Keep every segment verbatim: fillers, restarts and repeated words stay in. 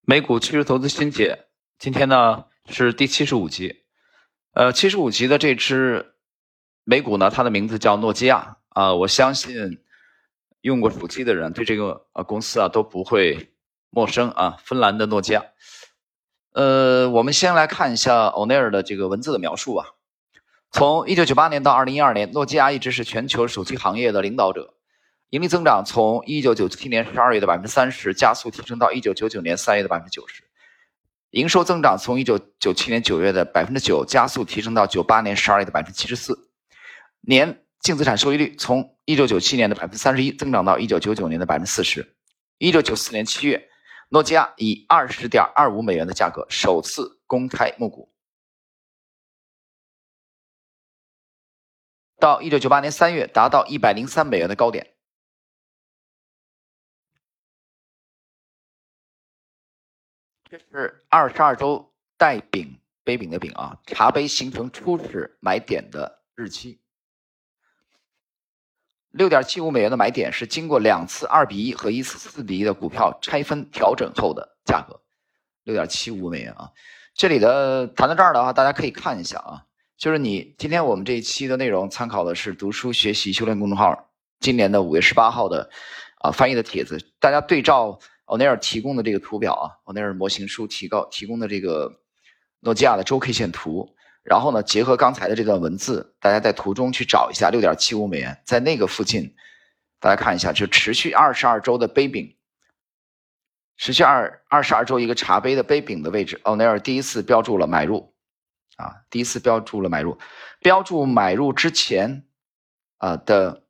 美股趋势投资新解，今天呢是第七十五集。呃，七十五集的这只美股呢，它的名字叫诺基亚啊、呃。我相信用过手机的人对这个呃公司啊都不会陌生啊。芬兰的诺基亚。呃，我们先来看一下欧内尔的这个文字的描述吧。从一九九八年到二零一二年，诺基亚一直是全球手机行业的领导者。盈利增长从一九九七年十二月的 百分之三十 加速提升到一九九九年三月的 百分之九十， 营收增长从一九九七年九月的 百分之九 加速提升到九八年十二月的 百分之七十四， 年净资产收益率从一九九七年的 百分之三十一 增长到一九九九年的 百分之四十。 一九九四年七月，诺基亚以 二十点二五美元的价格首次公开募股，到一九九八年三月达到一百零三美元的高点。这是二十二周带饼杯饼的饼啊，茶杯形成初始买点的日期。六点七五美元的买点是经过两次二比一和一次四比一的股票拆分调整后的价格。六点七五美元啊，这里的谈到这儿的话，大家可以看一下啊，就是你今天我们这一期的内容参考的是读书学习修炼公众号今年的五月十八号的啊翻译的帖子，大家对照欧内尔提供的这个图表啊，欧内尔模型书提高提供的这个诺基亚的周 K 线图，然后呢，结合刚才的这段文字，大家在图中去找一下 六点七五美元，在那个附近，大家看一下，就持续二十二周的杯柄，持续二二十二周一个茶杯的杯柄的位置，欧内尔第一次标注了买入啊，第一次标注了买入，标注买入之前啊的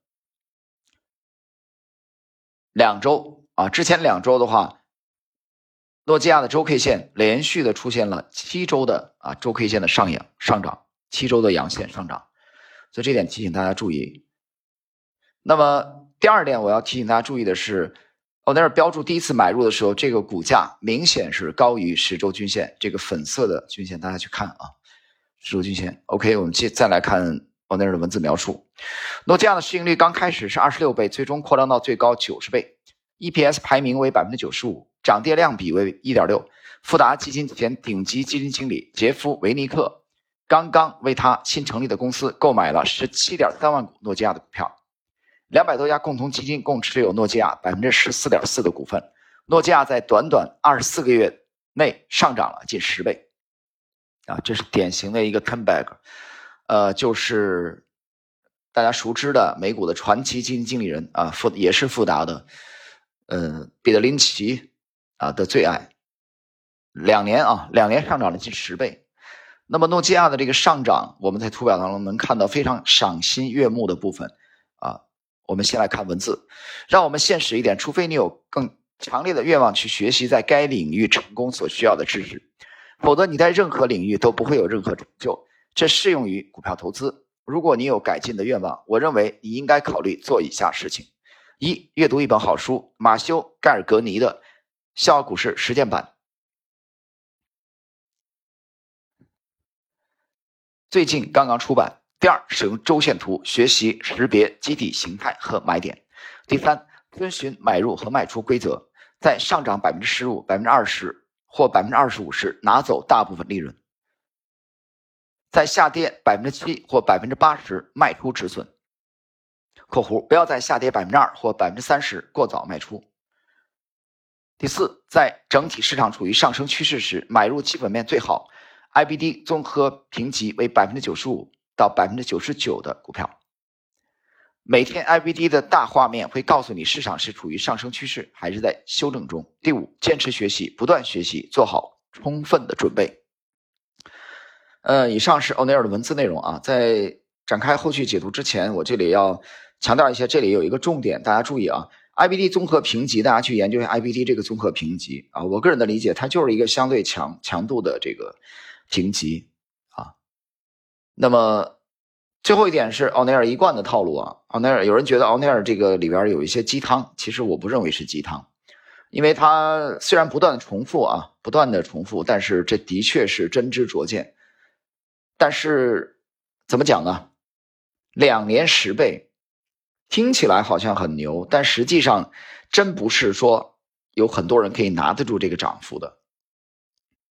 两周啊，之前两周的话，诺基亚的周 K 线连续的出现了七周的啊周 K 线的上扬上涨，七周的阳线上涨，所以这点提醒大家注意。那么第二点我要提醒大家注意的是，欧内尔标注第一次买入的时候，这个股价明显是高于十周均线，这个粉色的均线大家去看啊，十周均线。OK， 我们接再来看欧内尔的文字描述。诺基亚的市盈率刚开始是二十六倍，最终扩张到最高九十倍， E P S 排名为 百分之九十五， 涨跌量比为 一点六。 富达基金前顶级基金经理杰夫·维尼克刚刚为他新成立的公司购买了 十七点三万股诺基亚的股票，两百多家共同基金共持有诺基亚 百分之十四点四 的股份。诺基亚在短短二十四个月内上涨了近十倍啊，这是典型的一个 ten bag， 呃，就是大家熟知的美股的传奇基金经理人啊，富也是富达的，呃，彼得林奇啊的最爱，两年啊，两年上涨了近十倍。那么诺基亚的这个上涨，我们在图表当中能看到非常赏心悦目的部分啊。我们先来看文字，让我们现实一点，除非你有更强烈的愿望去学习在该领域成功所需要的知识，否则你在任何领域都不会有任何成就。这适用于股票投资。如果你有改进的愿望，我认为你应该考虑做以下事情：一、阅读一本好书，马修·盖尔格尼的《笑傲股市实践版》，最近刚刚出版。第二，使用周线图学习识别基底形态和买点。第三，遵循买入和卖出规则，在上涨 百分之十五、百分之二十 或 百分之二十五 时拿走大部分利润，在下跌 百分之七 或 百分之八 时卖出止损（括弧不要在下跌 百分之二 或 百分之三 时过早卖出）。第四，在整体市场处于上升趋势时买入基本面最好 I B D 综合评级为 百分之九十五到 百分之九十九 的股票。每天 I B D 的大画面会告诉你市场是处于上升趋势还是在修正中。第五，坚持学习，不断学习，做好充分的准备。呃，以上是欧内尔的文字内容啊。在展开后续解读之前，我这里要强调一下，这里有一个重点，大家注意啊。I B D 综合评级，大家去研究一下 I B D 这个综合评级啊。我个人的理解，它就是一个相对强强度的这个评级啊。那么最后一点是奥内尔一贯的套路啊。奥内尔有人觉得奥内尔这个里边有一些鸡汤，其实我不认为是鸡汤，因为他虽然不断的重复啊，不断的重复，但是这的确是真知灼见。但是怎么讲呢？两年十倍，听起来好像很牛，但实际上真不是说有很多人可以拿得住这个涨幅的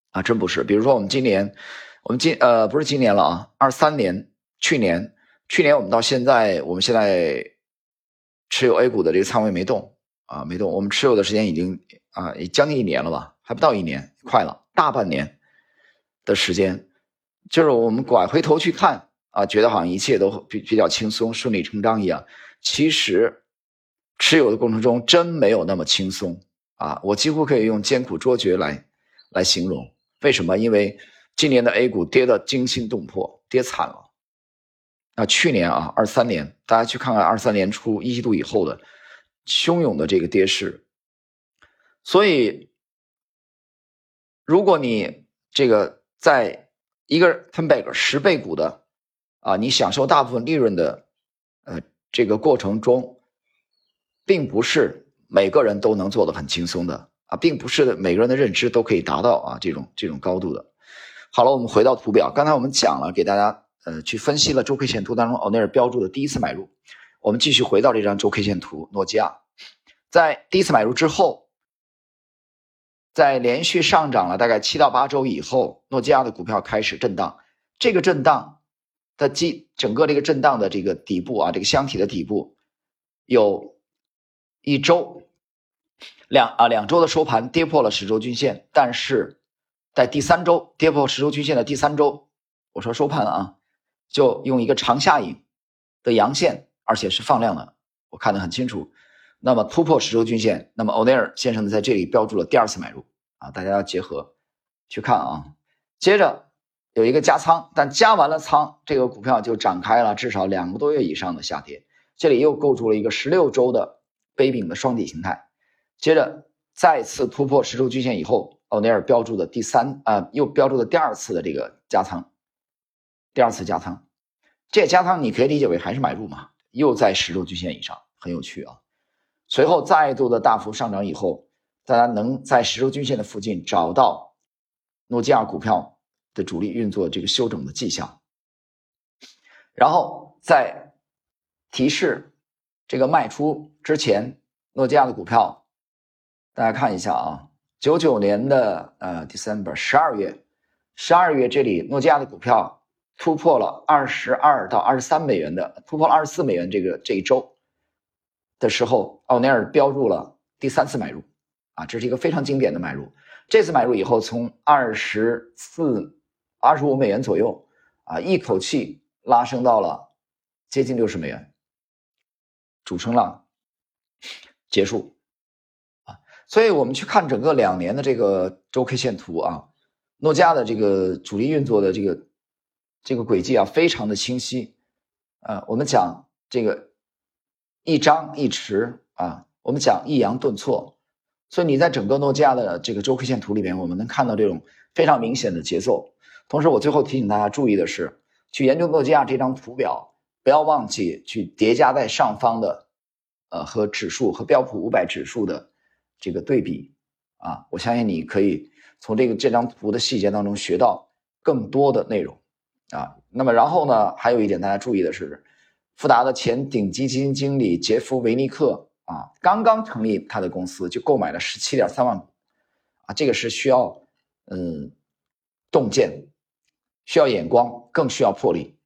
啊，真不是。比如说我们今年，我们今呃不是今年了啊，二三年，去年，去年我们到现在，我们现在持有 A 股的这个仓位没动啊，没动。我们持有的时间已经啊，也将近一年了吧，还不到一年，快了，大半年的时间。就是我们拐回头去看啊，觉得好像一切都比比较轻松，顺理成章一样。其实持有的过程中真没有那么轻松啊，我几乎可以用艰苦卓绝来来形容。为什么？因为今年的 A 股跌得惊心动魄，跌惨了。那去年啊，二三年，大家去看看二三年初一季度以后的汹涌的这个跌势。所以，如果你这个在一个 ten bag 十倍股的啊，你享受大部分利润的呃这个过程中，并不是每个人都能做得很轻松的啊，并不是每个人的认知都可以达到啊这种这种高度的。好了，我们回到图表，刚才我们讲了，给大家呃去分析了周 K 线图当中欧内尔标注的第一次买入。我们继续回到这张周 K 线图，诺基亚在第一次买入之后，在连续上涨了大概七到八周以后，诺基亚的股票开始震荡。这个震荡的基整个这个震荡的这个底部啊，这个箱体的底部有一周两啊两周的收盘跌破了十周均线，但是在第三周跌破十周均线的第三周，我说收盘啊，就用一个长下影的阳线，而且是放量的，我看得很清楚。那么突破十周均线，那么欧内尔先生在这里标注了第二次买入啊，大家要结合去看啊。接着有一个加仓，但加完了仓，这个股票就展开了至少两个多月以上的下跌，这里又构筑了一个十六周的杯柄的双底形态。接着再次突破十周均线以后，欧内尔标注的第三啊、呃，又标注的第二次的这个加仓，第二次加仓，这加仓你可以理解为还是买入嘛，又在十周均线以上，很有趣啊。随后再度的大幅上涨以后，大家能在十周均线的附近找到诺基亚股票的主力运作这个休整的迹象，然后在提示这个卖出之前，诺基亚的股票，大家看一下啊，九九年的呃 December 十二月，十二月这里诺基亚的股票突破了二十二到二十三美元的，突破了二十四美元这个这一周的时候，奥内尔标注了第三次买入啊，这是一个非常经典的买入。这次买入以后，从二十四、二十五美元左右啊，一口气拉升到了接近六十美元，主升浪结束啊。所以我们去看整个两年的这个周 K 线图啊，诺基亚的这个主力运作的这个这个轨迹啊，非常的清晰啊。我们讲这个一张一弛啊，我们讲抑扬顿挫，所以你在整个诺基亚的这个周 K 线图里面，我们能看到这种非常明显的节奏。同时我最后提醒大家注意的是，去研究诺基亚这张图表，不要忘记去叠加在上方的呃和指数和标普五百指数的这个对比啊，我相信你可以从这个这张图的细节当中学到更多的内容啊。那么然后呢，还有一点大家注意的是，富达的前顶级基金经理杰夫·维尼克啊，刚刚成立他的公司就购买了 十七点三万股啊，这个是需要嗯洞见，需要眼光，更需要魄力。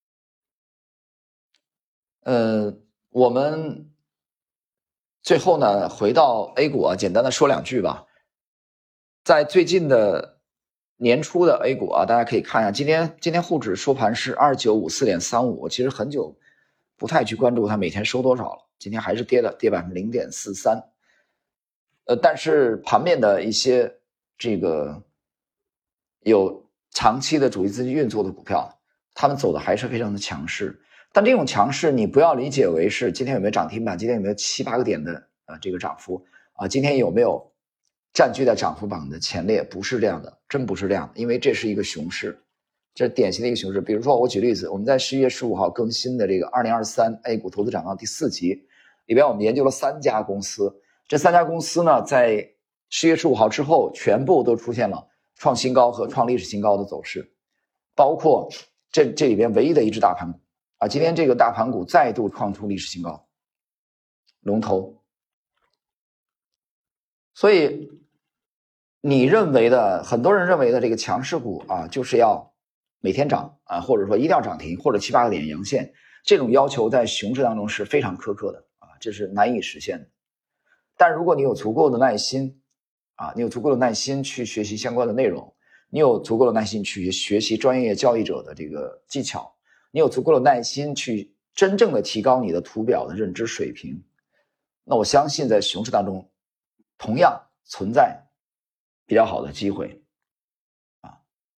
呃，我们最后呢，回到 A 股啊，简单的说两句吧。在最近的年初的 A 股啊，大家可以看一下，今天今天沪指收盘是 二九五四点三五， 其实很久不太去关注它每天收多少了，今天还是跌的，跌 百分之零点四三。 呃，但是盘面的一些这个有长期的主力资金运作的股票，他们走的还是非常的强势。但这种强势你不要理解为是今天有没有涨停板，今天有没有七八个点的呃这个涨幅啊，今天有没有占据在涨幅榜的前列，不是这样的，真不是这样的，因为这是一个熊市，这是典型的一个熊市。比如说我举例子，我们在十一月十五号更新的这个二零二三 A 股投资展望第四集里边，我们研究了三家公司，这三家公司呢在十一月十五号之后全部都出现了创新高和创历史新高的走势，包括这这里边唯一的一只大盘股啊，今天这个大盘股再度创出历史新高，龙头。所以你认为的，很多人认为的这个强势股啊，就是要每天涨啊，或者说一定要涨停，或者七八个点阳线，这种要求在熊市当中是非常苛刻的啊，这是难以实现的。但如果你有足够的耐心啊，你有足够的耐心去学习相关的内容，你有足够的耐心去学习专业交易者的这个技巧，你有足够的耐心去真正的提高你的图表的认知水平，那我相信在熊市当中同样存在比较好的机会啊。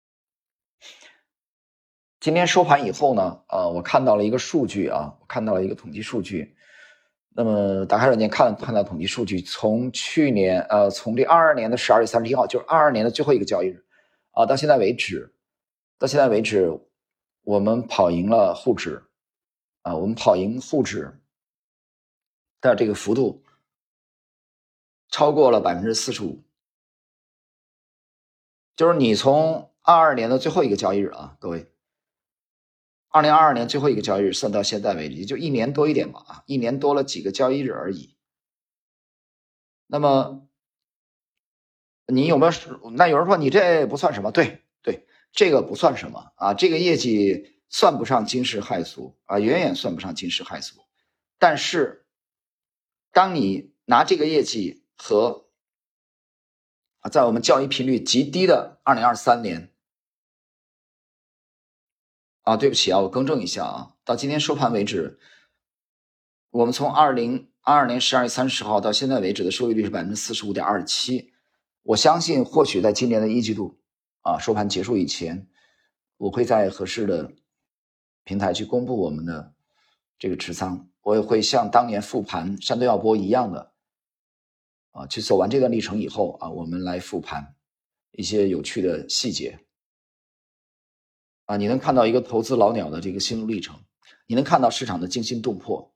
今天收盘以后呢，呃，我看到了一个数据啊，我看到了一个统计数据。那么打开软件看看到统计数据，从去年呃，从这二二年的十二月三十一号，就是二二年的最后一个交易日啊，到现在为止，到现在为止，我们跑赢了沪指啊，我们跑赢沪指的这个幅度超过了百分之四十五，就是你从二二年的最后一个交易日啊，各位。二零二二年最后一个交易日算到现在为止，也就一年多一点吧，啊，一年多了几个交易日而已。那么，你有没有？那有人说你这不算什么？对对，这个不算什么啊，这个业绩算不上惊世骇俗啊，远远算不上惊世骇俗。但是，当你拿这个业绩和啊，在我们交易频率极低的二零二三年。啊，对不起啊，我更正一下啊，到今天收盘为止，我们从二零二二年十二月三十号到现在为止的收益率是百分之四十五点二七。我相信，或许在今年的一季度啊收盘结束以前，我会在合适的平台去公布我们的这个持仓，我也会像当年复盘山东药波一样的啊，去走完这段历程以后啊，我们来复盘一些有趣的细节。啊，你能看到一个投资老鸟的这个心路历程，你能看到市场的惊心动魄。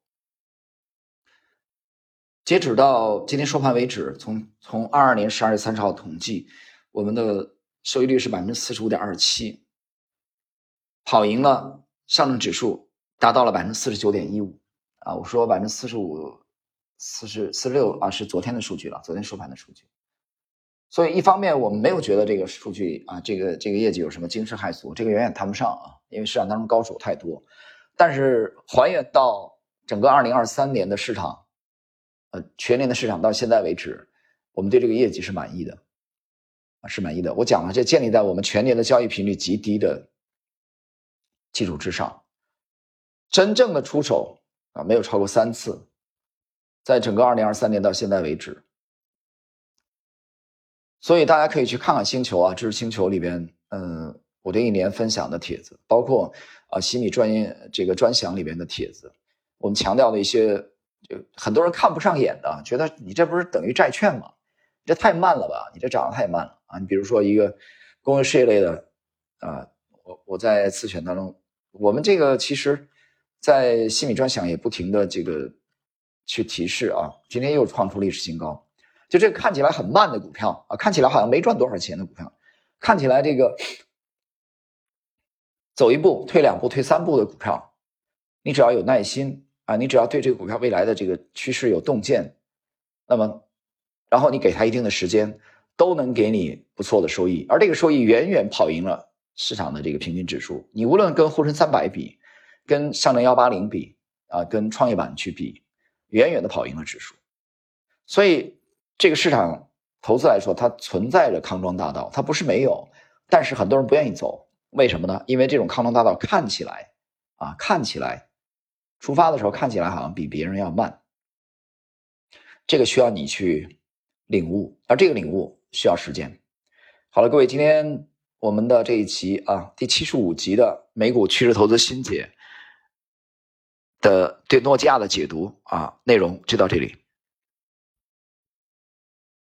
截止到今天收盘为止，从从二二年十二月三十号统计，我们的收益率是百分之四十五点二七，跑赢了上证指数，达到了百分之四十九点一五。啊，我说百分之四十五、四十四十六啊，是昨天的数据了，昨天收盘的数据。所以一方面我们没有觉得这个数据啊，这个这个业绩有什么惊世骇俗，这个远远谈不上啊，因为市场当中高手太多。但是还原到整个二零二三年的市场，呃，全年的市场到现在为止，我们对这个业绩是满意的，啊，是满意的。我讲了，这建立在我们全年的交易频率极低的基础之上，真正的出手啊，没有超过三次，在整个二零二三年到现在为止。所以大家可以去看看星球啊，知识星球里边，嗯，我这一年分享的帖子，包括啊洗米专业这个专享里边的帖子，我们强调的一些，就很多人看不上眼的，觉得你这不是等于债券吗？你这太慢了吧，你这涨得太慢了啊！你比如说一个公用事业类的，啊，我我在自选当中，我们这个其实，在洗米专享也不停的这个去提示啊，今天又创出历史新高。就这个看起来很慢的股票啊，看起来好像没赚多少钱的股票，看起来这个走一步退两步退三步的股票，你只要有耐心啊，你只要对这个股票未来的这个趋势有洞见，那么然后你给它一定的时间，都能给你不错的收益，而这个收益远远跑赢了市场的这个平均指数。你无论跟沪深三百比，跟上证一八零比啊，跟创业板去比，远远的跑赢了指数。所以这个市场投资来说，它存在着康庄大道，它不是没有，但是很多人不愿意走，为什么呢？因为这种康庄大道看起来啊，看起来出发的时候看起来好像比别人要慢，这个需要你去领悟，而这个领悟需要时间。好了，各位，今天我们的这一期啊，第七十五集的美股趋势投资新解的对诺基亚的解读啊，内容就到这里。